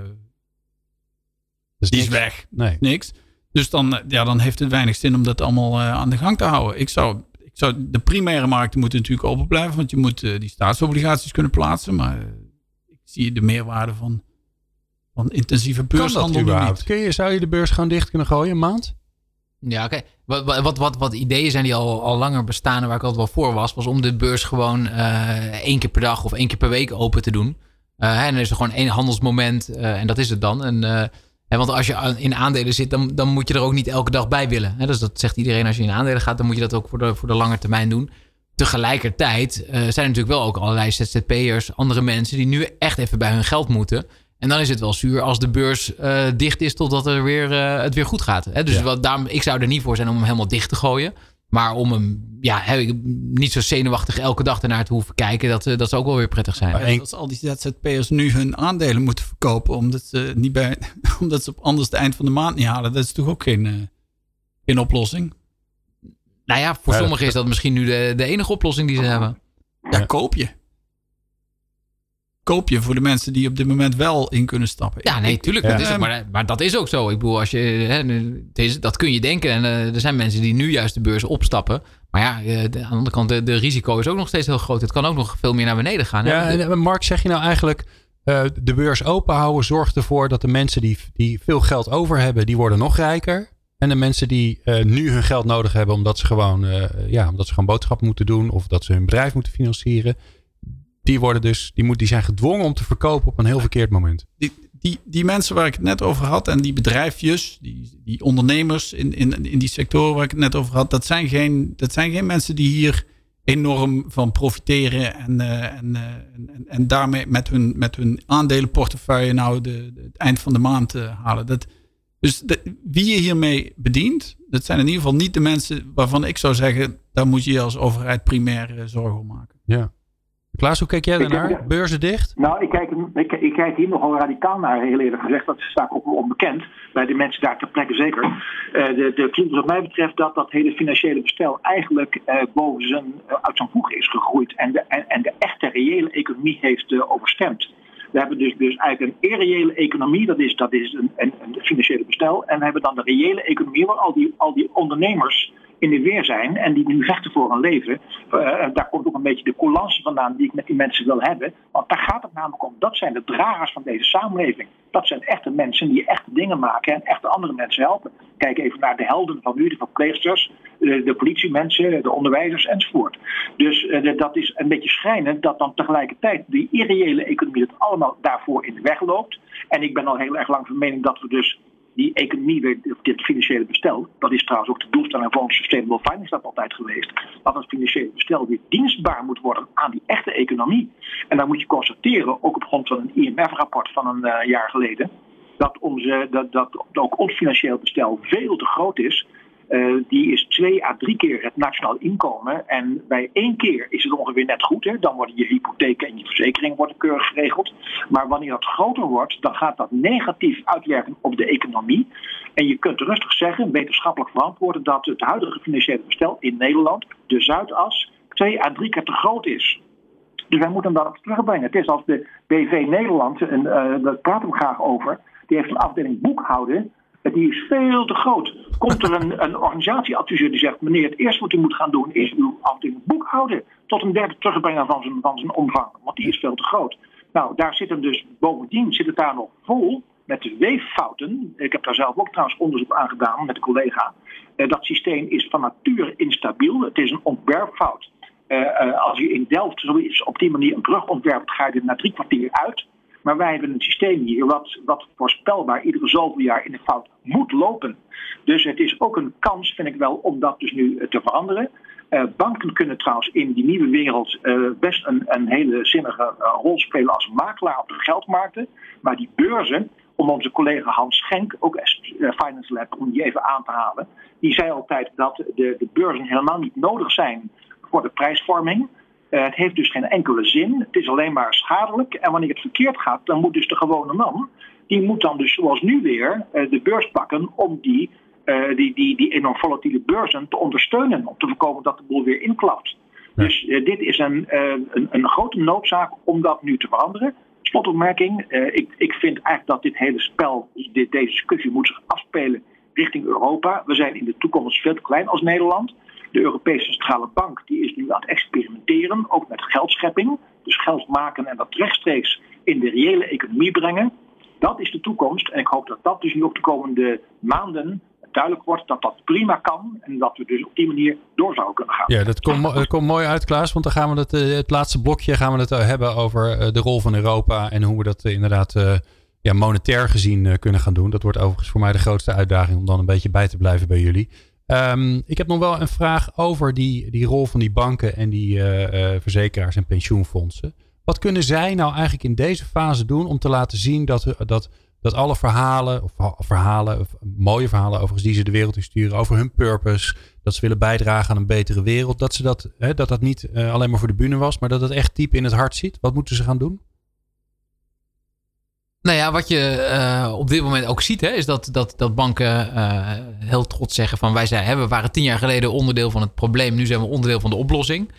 die is weg. Nee. Niks. Dus dan heeft het weinig zin om dat allemaal aan de gang te houden. De primaire markten moeten natuurlijk open blijven, want je moet die staatsobligaties kunnen plaatsen. Maar ik zie de meerwaarde van intensieve beurshandel niet. Zou je de beurs gewoon dicht kunnen gooien een maand? Ja, oké. Wat ideeën zijn die al langer bestaan en waar ik altijd wel voor was om de beurs gewoon 1 keer per dag of 1 keer per week open te doen. En dan is er gewoon 1 handelsmoment en dat is het dan. Want als je in aandelen zit, dan moet je er ook niet elke dag bij willen. Dus dat zegt iedereen, als je in aandelen gaat, dan moet je dat ook voor de lange termijn doen. Tegelijkertijd zijn er natuurlijk wel ook allerlei ZZP'ers, andere mensen die nu echt even bij hun geld moeten. En dan is het wel zuur als de beurs dicht is totdat het weer goed gaat. Dus daarom, ik zou er niet voor zijn om hem helemaal dicht te gooien. Maar om hem niet zo zenuwachtig elke dag ernaar te hoeven kijken, dat zou ook wel weer prettig zijn. Als al die ZZP'ers nu hun aandelen moeten verkopen omdat ze op anders het eind van de maand niet halen, dat is toch ook geen oplossing? Nou ja, voor sommigen is dat misschien nu de enige oplossing die ze hebben. Ja, koop je. Koop je voor de mensen die op dit moment wel in kunnen stappen. Ja, nee, tuurlijk. Dat is ook, maar dat is ook zo. Ik bedoel, als je, dat kun je denken. En er zijn mensen die nu juist de beurs opstappen. Maar ja, aan de andere kant, de risico is ook nog steeds heel groot. Het kan ook nog veel meer naar beneden gaan. Ja, en Mark, zeg je nou eigenlijk... de beurs open houden zorgt ervoor dat de mensen die veel geld over hebben... die worden nog rijker. En de mensen die nu hun geld nodig hebben... omdat ze gewoon boodschappen moeten doen... of dat ze hun bedrijf moeten financieren... die zijn gedwongen om te verkopen op een heel verkeerd moment. Die mensen waar ik het net over had... en die bedrijfjes, die ondernemers in die sectoren waar ik het net over had... dat zijn geen mensen die hier enorm van profiteren... en daarmee met hun aandelenportefeuille... nou het eind van de maand halen. Wie je hiermee bedient... dat zijn in ieder geval niet de mensen waarvan ik zou zeggen... daar moet je als overheid primair zorgen om maken. Ja. Klaas, hoe kijk jij daarnaar? Beurzen dicht? Nou, ik kijk hier nogal radicaal naar, heel eerlijk gezegd. Dat is vaak ook onbekend. Bij de mensen daar ter plekke zeker. De club wat mij betreft dat hele financiële bestel eigenlijk uit zijn voegen is gegroeid. En de echte reële economie heeft overstemd. We hebben dus eigenlijk een irreële economie, dat is een financiële bestel. En we hebben dan de reële economie waar al die ondernemers in de weer zijn en die nu vechten voor hun leven. Daar komt ook een beetje de coulance vandaan die ik met die mensen wil hebben. Want daar gaat het namelijk om. Dat zijn de dragers van deze samenleving. Dat zijn echte mensen die echte dingen maken en echte andere mensen helpen. Kijk even naar de helden van nu, de verpleegsters, de politiemensen, de onderwijzers enzovoort. Dus dat is een beetje schrijnend dat dan tegelijkertijd die irreële economie het allemaal daarvoor in de weg loopt. En ik ben al heel erg lang van mening dat we dus die economie, dit financiële bestel, dat is trouwens ook de doelstelling van Sustainable Finance dat altijd geweest, dat het financiële bestel weer dienstbaar moet worden aan die echte economie. En dan moet je constateren, ook op grond van een IMF-rapport van een jaar geleden, dat ook ons financieel bestel veel te groot is. Die is 2 à 3 keer het nationaal inkomen. En bij 1 keer is het ongeveer net goed. Hè? Dan worden je hypotheek en je verzekering worden keurig geregeld. Maar wanneer dat groter wordt, dan gaat dat negatief uitwerken op de economie. En je kunt rustig zeggen, wetenschappelijk verantwoorden, dat het huidige financiële bestel in Nederland, de Zuidas, 2 à 3 keer te groot is. Dus wij moeten hem daarop terugbrengen. Het is als de BV Nederland, en daar praten we graag over, die heeft een afdeling boekhouden. Die is veel te groot. Komt er een organisatieadviseur die zegt, meneer, het eerste wat u moet gaan doen is uw afdeling boekhouden tot een derde terugbrengen van zijn omvang. Want die is veel te groot. Nou, daar zit hem dus, bovendien zit het daar nog vol met de weeffouten. Ik heb daar zelf ook trouwens onderzoek aan gedaan met een collega. Dat systeem is van nature instabiel. Het is een ontwerpfout. Als je in Delft zoiets op die manier een brug ontwerpt, ga je er na 3 kwartier uit. Maar wij hebben een systeem hier wat voorspelbaar iedere zoveel jaar in de fout moet lopen. Dus het is ook een kans, vind ik wel, om dat dus nu te veranderen. Banken kunnen trouwens in die nieuwe wereld best een hele zinnige rol spelen als makelaar op de geldmarkten. Maar die beurzen, om onze collega Hans Schenk, ook Finance Lab, om die even aan te halen. Die zei altijd dat de beurzen helemaal niet nodig zijn voor de prijsvorming. Het heeft dus geen enkele zin. Het is alleen maar schadelijk. En wanneer het verkeerd gaat, dan moet dus de gewone man, die moet dan dus zoals nu weer de beurs pakken om die enorm volatiele beurzen te ondersteunen. Om te voorkomen dat de boel weer inklapt. Ja. Dus dit is een grote noodzaak om dat nu te veranderen. Slotopmerking. Ik vind eigenlijk dat dit hele spel, deze discussie moet zich afspelen richting Europa. We zijn in de toekomst veel te klein als Nederland. De Europese Centrale Bank die is nu aan het experimenteren, ook met geldschepping. Dus geld maken en dat rechtstreeks in de reële economie brengen. Dat is de toekomst en ik hoop dat dat dus nu ook de komende maanden duidelijk wordt dat dat prima kan. En dat we dus op die manier door zouden kunnen gaan. Ja, dat komt mooi uit, Klaas. Want dan gaan we het laatste blokje hebben over de rol van Europa. En hoe we dat inderdaad monetair gezien kunnen gaan doen. Dat wordt overigens voor mij de grootste uitdaging om dan een beetje bij te blijven bij jullie. Ik heb nog wel een vraag over die rol van die banken en die verzekeraars en pensioenfondsen. Wat kunnen zij nou eigenlijk in deze fase doen om te laten zien dat alle verhalen, mooie verhalen overigens die ze de wereld in sturen over hun purpose, dat ze willen bijdragen aan een betere wereld, dat niet alleen maar voor de bühne was, maar dat het echt diep in het hart zit? Wat moeten ze gaan doen? Nou ja, wat je op dit moment ook ziet, hè, is dat banken heel trots zeggen van we waren 10 jaar geleden onderdeel van het probleem. Nu zijn we onderdeel van de oplossing.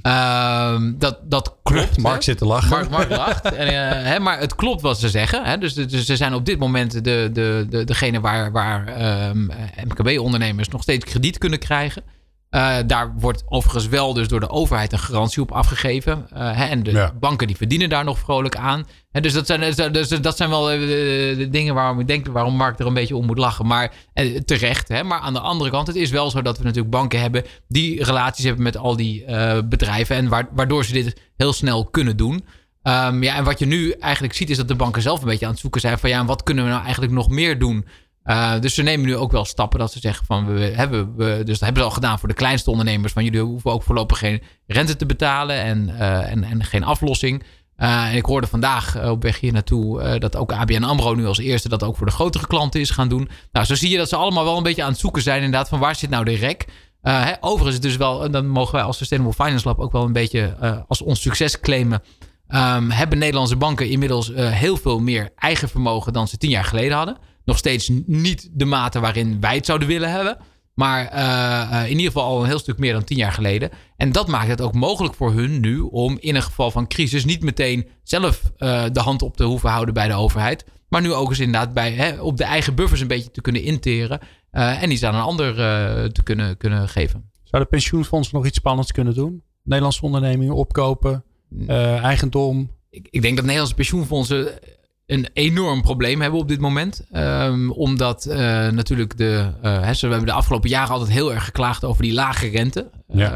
Dat klopt. Mark zit te lachen. Mark lacht. Maar het klopt wat ze zeggen. Hè. Dus ze zijn op dit moment degene waar MKB-ondernemers nog steeds krediet kunnen krijgen. Daar wordt overigens wel dus door de overheid een garantie op afgegeven. En de banken die verdienen daar nog vrolijk aan. Dus dat zijn wel de dingen waarom ik denk waarom Mark er een beetje om moet lachen. Maar terecht. Maar aan de andere kant, het is wel zo dat we natuurlijk banken hebben die relaties hebben met al die bedrijven. En waardoor ze dit heel snel kunnen doen. En wat je nu eigenlijk ziet is dat de banken zelf een beetje aan het zoeken zijn van en wat kunnen we nou eigenlijk nog meer doen? Dus ze nemen nu ook wel stappen dat ze zeggen van dus dat hebben ze al gedaan voor de kleinste ondernemers. Van jullie hoeven ook voorlopig geen rente te betalen en geen aflossing. En ik hoorde vandaag op weg hier naartoe dat ook ABN AMRO nu als eerste dat ook voor de grotere klanten is gaan doen. Nou, zo zie je dat ze allemaal wel een beetje aan het zoeken zijn inderdaad van waar zit nou de rek. Overigens is het dus wel, en dan mogen wij als Sustainable Finance Lab ook wel een beetje als ons succes claimen. Hebben Nederlandse banken inmiddels heel veel meer eigen vermogen dan ze 10 jaar geleden hadden. Nog steeds niet de mate waarin wij het zouden willen hebben. Maar in ieder geval al een heel stuk meer dan 10 jaar geleden. En dat maakt het ook mogelijk voor hun nu om in een geval van crisis niet meteen zelf de hand op te hoeven houden bij de overheid. Maar nu ook eens inderdaad op de eigen buffers een beetje te kunnen interen. En iets aan een ander te kunnen geven. Zouden pensioenfondsen nog iets spannends kunnen doen? Nederlandse ondernemingen opkopen, eigendom? Ik denk dat Nederlandse pensioenfondsen een enorm probleem hebben op dit moment. Omdat natuurlijk we hebben de afgelopen jaren altijd heel erg geklaagd over die lage rente.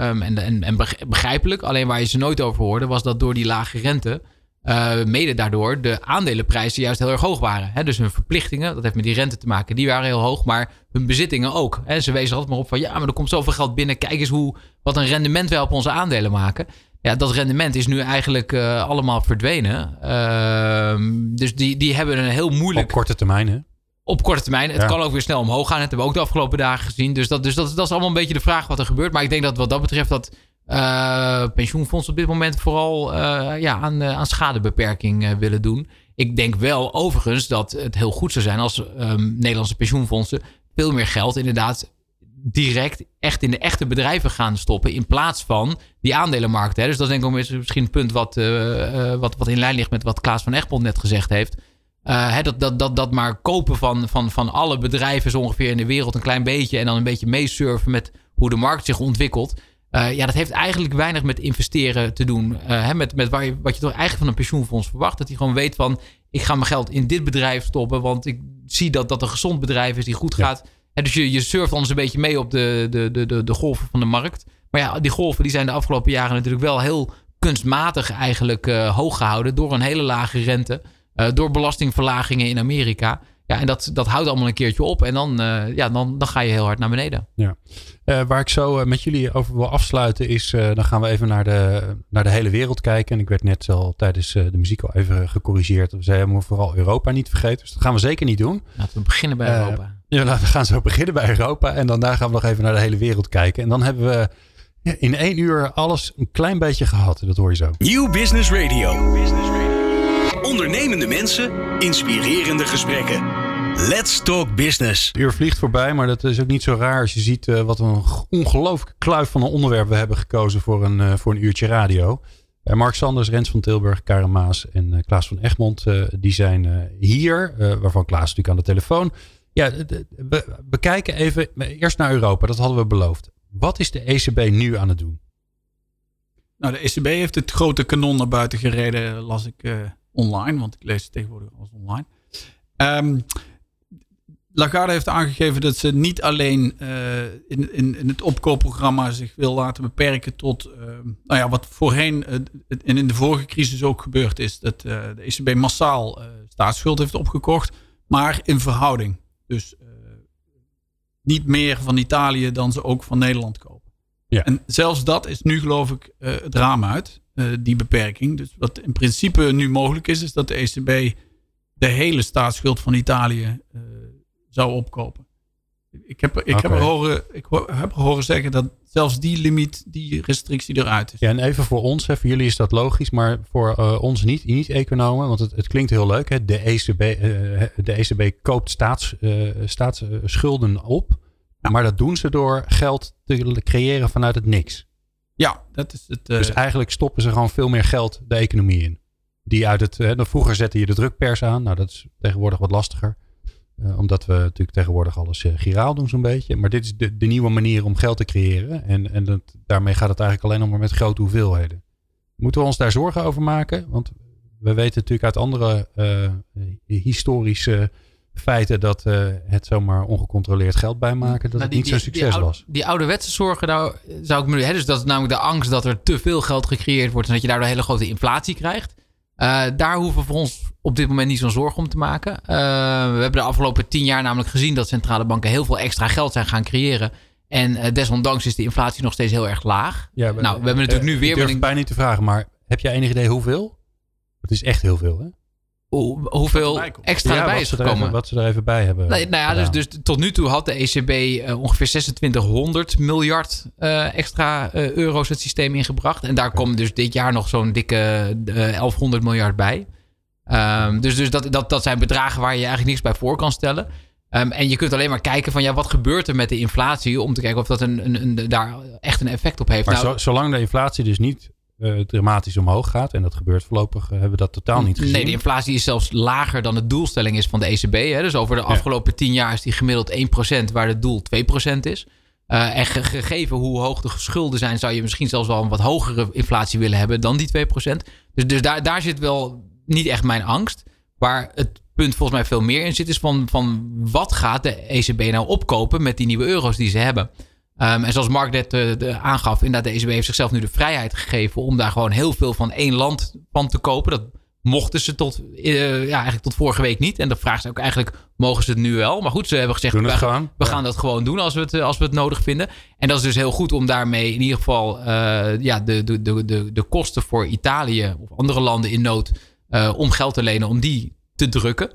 En begrijpelijk. Alleen waar je ze nooit over hoorde was dat door die lage rente mede daardoor de aandelenprijzen juist heel erg hoog waren. Dus hun verplichtingen, dat heeft met die rente te maken, die waren heel hoog. Maar hun bezittingen ook. Ze wezen altijd maar op van maar er komt zoveel geld binnen. Kijk eens wat een rendement wij op onze aandelen maken. Ja, dat rendement is nu eigenlijk allemaal verdwenen. Dus die hebben een heel moeilijk... Op korte termijn, hè? Op korte termijn. Het kan ook weer snel omhoog gaan. Dat hebben we ook de afgelopen dagen gezien. Dus dat is allemaal een beetje de vraag wat er gebeurt. Maar ik denk dat wat dat betreft dat pensioenfondsen op dit moment vooral aan schadebeperking willen doen. Ik denk wel overigens dat het heel goed zou zijn als Nederlandse pensioenfondsen veel meer geld inderdaad direct echt in de echte bedrijven gaan stoppen in plaats van die aandelenmarkt. Dus dat is denk ik misschien een punt wat in lijn ligt met wat Klaas van Egmond net gezegd heeft. Dat maar kopen van alle bedrijven zo ongeveer in de wereld een klein beetje en dan een beetje meesurfen met hoe de markt zich ontwikkelt. Dat heeft eigenlijk weinig met investeren te doen. Met wat je toch eigenlijk van een pensioenfonds verwacht. Dat hij gewoon weet van ik ga mijn geld in dit bedrijf stoppen want ik zie dat een gezond bedrijf is die goed gaat. En dus je surft anders een beetje mee op de golven van de markt. Maar die golven die zijn de afgelopen jaren natuurlijk wel heel kunstmatig eigenlijk hoog gehouden. Door een hele lage rente. Door belastingverlagingen in Amerika. Ja, en dat houdt allemaal een keertje op. En dan ga je heel hard naar beneden. Ja. Waar ik zo met jullie over wil afsluiten is... dan gaan we even naar de hele wereld kijken. En ik werd net al tijdens de muziek al even gecorrigeerd. We zeiden vooral Europa niet vergeten. Dus dat gaan we zeker niet doen. Laten we beginnen bij Europa. We gaan zo beginnen bij Europa. En dan daar gaan we nog even naar de hele wereld kijken. En dan hebben we in 1 uur alles een klein beetje gehad. Dat hoor je zo. Nieuw Business Radio. Ondernemende mensen, inspirerende gesprekken. Let's talk business. Het uur vliegt voorbij, maar dat is ook niet zo raar als je ziet wat een ongelooflijke kluif van een onderwerp we hebben gekozen voor een uurtje radio. Mark Sanders, Rens van Tilburg, Karen Maas en Klaas van Egmond, die zijn hier, waarvan Klaas natuurlijk aan de telefoon. Ja, we kijken even eerst naar Europa, dat hadden we beloofd. Wat is de ECB nu aan het doen? Nou, de ECB heeft het grote kanon naar buiten gereden, las ik online, want ik lees het tegenwoordig alles online. Lagarde heeft aangegeven dat ze niet alleen in het opkoopprogramma zich wil laten beperken tot wat voorheen en in de vorige crisis ook gebeurd is. Dat de ECB massaal staatsschuld heeft opgekocht, maar in verhouding. Dus niet meer van Italië dan ze ook van Nederland kopen. Ja. En zelfs dat is nu geloof ik het raam uit, die beperking. Dus wat in principe nu mogelijk is dat de ECB de hele staatsschuld van Italië zou opkopen. Ik heb horen zeggen dat zelfs die limiet, die restrictie eruit is. Ja, en even voor ons, voor jullie is dat logisch, maar voor ons niet-economen, want het klinkt heel leuk. Hè? De ECB koopt staatsschulden op, maar dat doen ze door geld te creëren vanuit het niks. Ja, dat is het. Dus eigenlijk stoppen ze gewoon veel meer geld de economie in. Die uit vroeger zette je de drukpers aan. Nou, dat is tegenwoordig wat lastiger. Omdat we natuurlijk tegenwoordig alles giraal doen zo'n beetje. Maar dit is de nieuwe manier om geld te creëren. En daarmee gaat het eigenlijk alleen nog maar met grote hoeveelheden. Moeten we ons daar zorgen over maken? Want we weten natuurlijk uit andere historische feiten dat het zomaar ongecontroleerd geld bijmaken, dat het niet zo'n succes was. Die ouderwetse zorgen, daar zou ik me... Dus dat is namelijk de angst dat er te veel geld gecreëerd wordt en dat je daardoor een hele grote inflatie krijgt. Daar hoeven we voor ons op dit moment niet zo'n zorg om te maken. We hebben de afgelopen 10 jaar namelijk gezien dat centrale banken heel veel extra geld zijn gaan creëren. En desondanks is de inflatie nog steeds heel erg laag. Ja, we hebben natuurlijk nu weer... Ik durf het bijna niet te vragen, maar heb jij enig idee hoeveel? Het is echt heel veel, hè? Hoeveel extra erbij is gekomen. Wat ze er even bij hebben. Dus tot nu toe had de ECB ongeveer 2600 miljard extra euro's het systeem ingebracht. En daar komen dus dit jaar nog zo'n dikke 1100 miljard bij. Dus dat zijn bedragen waar je eigenlijk niks bij voor kan stellen. En je kunt alleen maar kijken van wat gebeurt er met de inflatie om te kijken of dat daar echt een effect op heeft. Maar zolang de inflatie dus niet dramatisch omhoog gaat. En dat gebeurt voorlopig, hebben we dat totaal niet gezien. Nee, de inflatie is zelfs lager dan de doelstelling is van de ECB. Hè? Dus over de afgelopen 10 jaar is die gemiddeld 1%, waar het doel 2% is. En gegeven hoe hoog de schulden zijn, zou je misschien zelfs wel een wat hogere inflatie willen hebben dan die 2%. Dus daar zit wel niet echt mijn angst. Waar het punt volgens mij veel meer in zit, is van wat gaat de ECB nou opkopen met die nieuwe euro's die ze hebben. En zoals Mark net aangaf, inderdaad, de ECB heeft zichzelf nu de vrijheid gegeven om daar gewoon heel veel van één land van te kopen. Dat mochten ze eigenlijk tot vorige week niet. En de vraag is ook eigenlijk, mogen ze het nu wel? Maar goed, ze hebben gezegd, we gaan dat gewoon doen als we het nodig vinden. En dat is dus heel goed om daarmee in ieder geval de kosten voor Italië of andere landen in nood om geld te lenen, om die te drukken.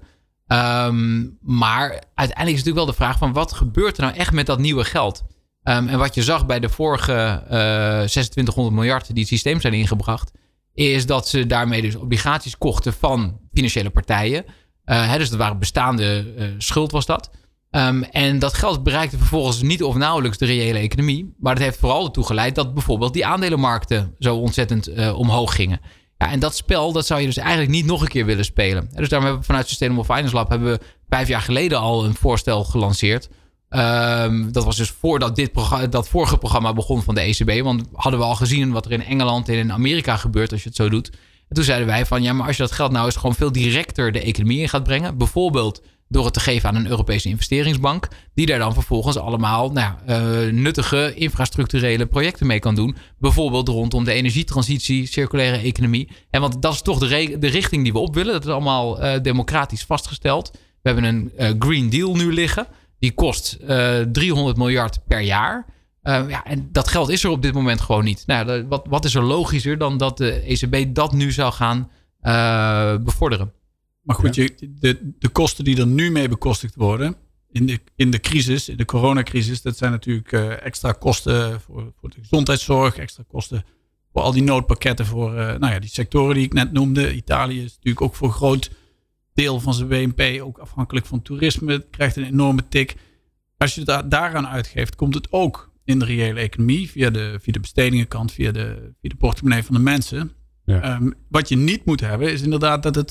Maar uiteindelijk is natuurlijk wel de vraag van wat gebeurt er nou echt met dat nieuwe geld? En wat je zag bij de vorige 2600 miljard die het systeem zijn ingebracht, is dat ze daarmee dus obligaties kochten van financiële partijen. Dus dat waren bestaande schuld was dat. En dat geld bereikte vervolgens niet of nauwelijks de reële economie. Maar dat heeft vooral ertoe geleid dat bijvoorbeeld die aandelenmarkten zo ontzettend omhoog gingen. Ja, en dat spel, dat zou je dus eigenlijk niet nog een keer willen spelen. Dus daarom hebben we vanuit Sustainable Finance Lab 5 jaar geleden al een voorstel gelanceerd. Dat was dus voordat dat vorige programma begon van de ECB. Want hadden we al gezien wat er in Engeland en in Amerika gebeurt als je het zo doet. En toen zeiden wij van maar als je dat geld nou eens gewoon veel directer de economie in gaat brengen. Bijvoorbeeld door het te geven aan een Europese investeringsbank. Die daar dan vervolgens allemaal nuttige infrastructurele projecten mee kan doen. Bijvoorbeeld rondom de energietransitie, circulaire economie. En want dat is toch de richting die we op willen. Dat is allemaal democratisch vastgesteld. We hebben een Green Deal nu liggen. Die kost 300 miljard per jaar. En dat geld is er op dit moment gewoon niet. Nou, wat is er logischer dan dat de ECB dat nu zou gaan bevorderen? Maar goed, de kosten die er nu mee bekostigd worden in de crisis, in de coronacrisis, dat zijn natuurlijk extra kosten voor de gezondheidszorg, extra kosten voor al die noodpakketten voor die sectoren die ik net noemde. Italië is natuurlijk ook voor een groot deel van zijn WNP ook afhankelijk van toerisme. Het krijgt een enorme tik. Als je het daaraan uitgeeft, komt het ook in de reële economie via de bestedingenkant, via de portemonnee van de mensen. Ja. Wat je niet moet hebben is inderdaad dat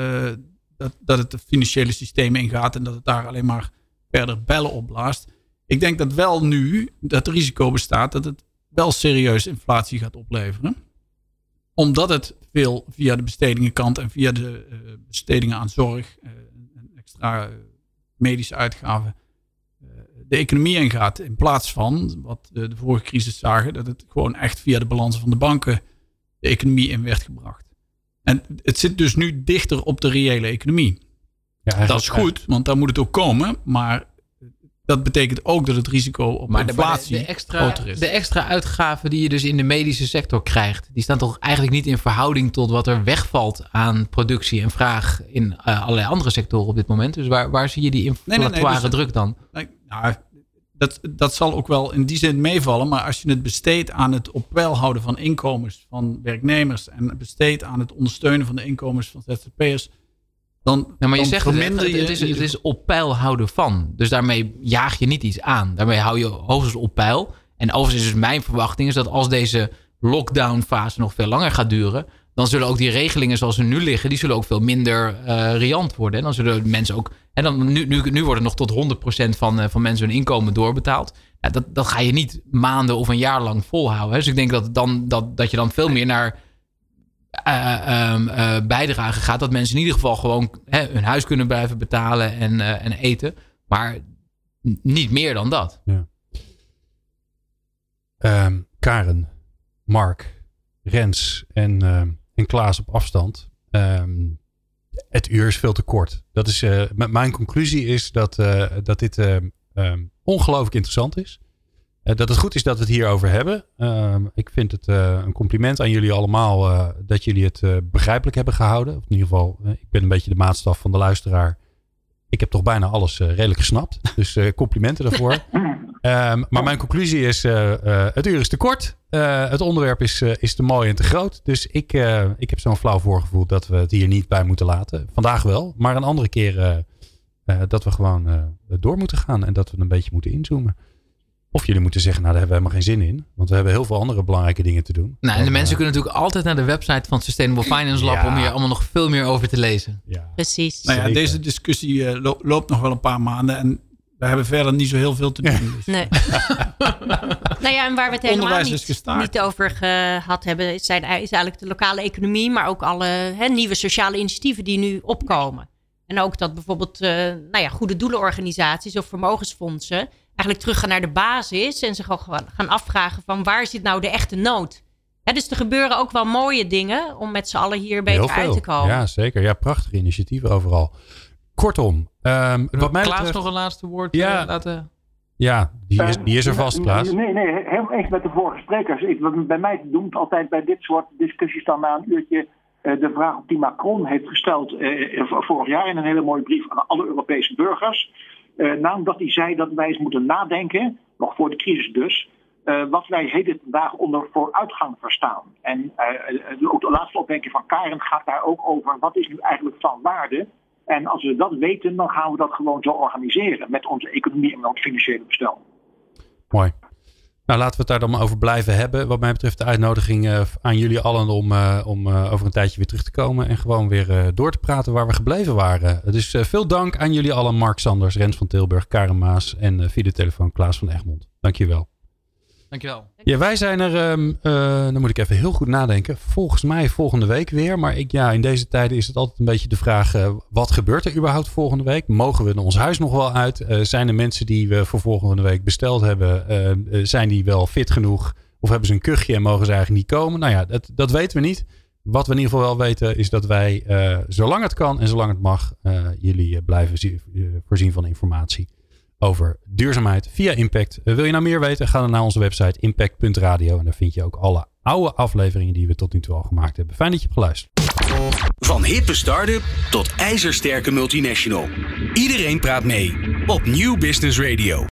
het financiële systeem ingaat en dat het daar alleen maar verder bellen opblaast. Ik denk dat wel nu dat het risico bestaat dat het wel serieus inflatie gaat opleveren. Omdat het veel via de bestedingenkant en via de bestedingen aan zorg en extra medische uitgaven de economie ingaat. In plaats van wat de vorige crisis zagen, dat het gewoon echt via de balansen van de banken de economie in werd gebracht. En het zit dus nu dichter op de reële economie. Ja, dat is goed, want daar moet het ook komen. Maar dat betekent ook dat het risico op inflatie groter is. De extra uitgaven die je dus in de medische sector krijgt, die staan toch eigenlijk niet in verhouding tot wat er wegvalt aan productie en vraag in allerlei andere sectoren op dit moment. Dus waar zie je die inflatoire druk dan? dat zal ook wel in die zin meevallen. Maar als je het besteedt aan het op peil houden van inkomens van werknemers. En besteedt aan het ondersteunen van de inkomens van ZZP'ers. Maar je zegt het is op peil houden van. Dus daarmee jaag je niet iets aan. Daarmee hou je hoogstens op peil. En overigens is dus mijn verwachting is dat als deze lockdown-fase nog veel langer gaat duren, dan zullen ook die regelingen zoals ze nu liggen, die zullen ook veel minder riant worden. En dan zullen mensen ook. En dan nu wordt er nog tot 100% van mensen hun inkomen doorbetaald. Ja, dat ga je niet maanden of een jaar lang volhouden. Hè. Dus ik denk dat je dan veel meer naar bijdrage gaat. Dat mensen in ieder geval gewoon hun huis kunnen blijven betalen en eten. Maar niet meer dan dat. Ja. Karen, Mark, Rens en Klaas op afstand. Het uur is veel te kort. Dat is, mijn conclusie is dat dit ongelooflijk interessant is. Dat het goed is dat we het hierover hebben. Ik vind het een compliment aan jullie allemaal dat jullie het begrijpelijk hebben gehouden. Of in ieder geval, ik ben een beetje de maatstaf van de luisteraar. Ik heb toch bijna alles redelijk gesnapt. Dus complimenten daarvoor. Maar mijn conclusie is, het uur is te kort. Het onderwerp is te mooi en te groot. Dus ik heb zo'n flauw voorgevoel dat we het hier niet bij moeten laten. Vandaag wel, maar een andere keer dat we gewoon door moeten gaan. En dat we een beetje moeten inzoomen. Of jullie moeten zeggen, nou daar hebben we helemaal geen zin in. Want we hebben heel veel andere belangrijke dingen te doen. Nou, en de mensen kunnen natuurlijk altijd naar de website van Sustainable Finance Lab om hier allemaal nog veel meer over te lezen. Ja. Precies. Nou ja, deze discussie loopt nog wel een paar maanden. En we hebben verder niet zo heel veel te doen. Dus. Nee. Nou ja, en waar we het helemaal niet over gehad hebben, is eigenlijk de lokale economie, maar ook alle nieuwe sociale initiatieven die nu opkomen. En ook dat bijvoorbeeld goede doelenorganisaties of vermogensfondsen eigenlijk teruggaan naar de basis en zich ook gaan afvragen van waar zit nou de echte nood? Dus er gebeuren ook wel mooie dingen om met z'n allen hier beter uit te komen. Ja, zeker. Ja, prachtige initiatieven overal. Kortom. Wat mij Klaas betreft, nog een laatste woord laten... Ja, die is er vast, Klaas. Nee, helemaal eens met de vorige sprekers. Bij mij doemt altijd bij dit soort discussies dan na een uurtje de vraag op die Macron heeft gesteld vorig jaar in een hele mooie brief aan alle Europese burgers. Namelijk dat hij zei dat wij eens moeten nadenken, nog voor de crisis dus, wat wij heden vandaag onder vooruitgang verstaan. En ook de laatste opmerking van Karen gaat daar ook over, wat is nu eigenlijk van waarde? En als we dat weten, dan gaan we dat gewoon zo organiseren met onze economie en ons financiële bestel. Mooi. Nou, laten we het daar dan maar over blijven hebben. Wat mij betreft de uitnodiging aan jullie allen om over een tijdje weer terug te komen. En gewoon weer door te praten waar we gebleven waren. Dus veel dank aan jullie allen. Mark Sanders, Rens van Tilburg, Karen Maas en via de telefoon Klaas van Egmond. Dank je wel. Dankjewel. Ja, wij zijn er, dan moet ik even heel goed nadenken. Volgens mij volgende week weer. Maar in deze tijden is het altijd een beetje de vraag, wat gebeurt er überhaupt volgende week? Mogen we ons huis nog wel uit? Zijn de mensen die we voor volgende week besteld hebben, zijn die wel fit genoeg? Of hebben ze een kuchje en mogen ze eigenlijk niet komen? Nou ja, dat weten we niet. Wat we in ieder geval wel weten is dat wij, zolang het kan en zolang het mag, jullie blijven voorzien van informatie over duurzaamheid via Impact. Wil je nou meer weten? Ga dan naar onze website impact.radio. En daar vind je ook alle oude afleveringen die we tot nu toe al gemaakt hebben. Fijn dat je hebt geluisterd. Van hippe start-up tot ijzersterke multinational. Iedereen praat mee op Nieuw Business Radio.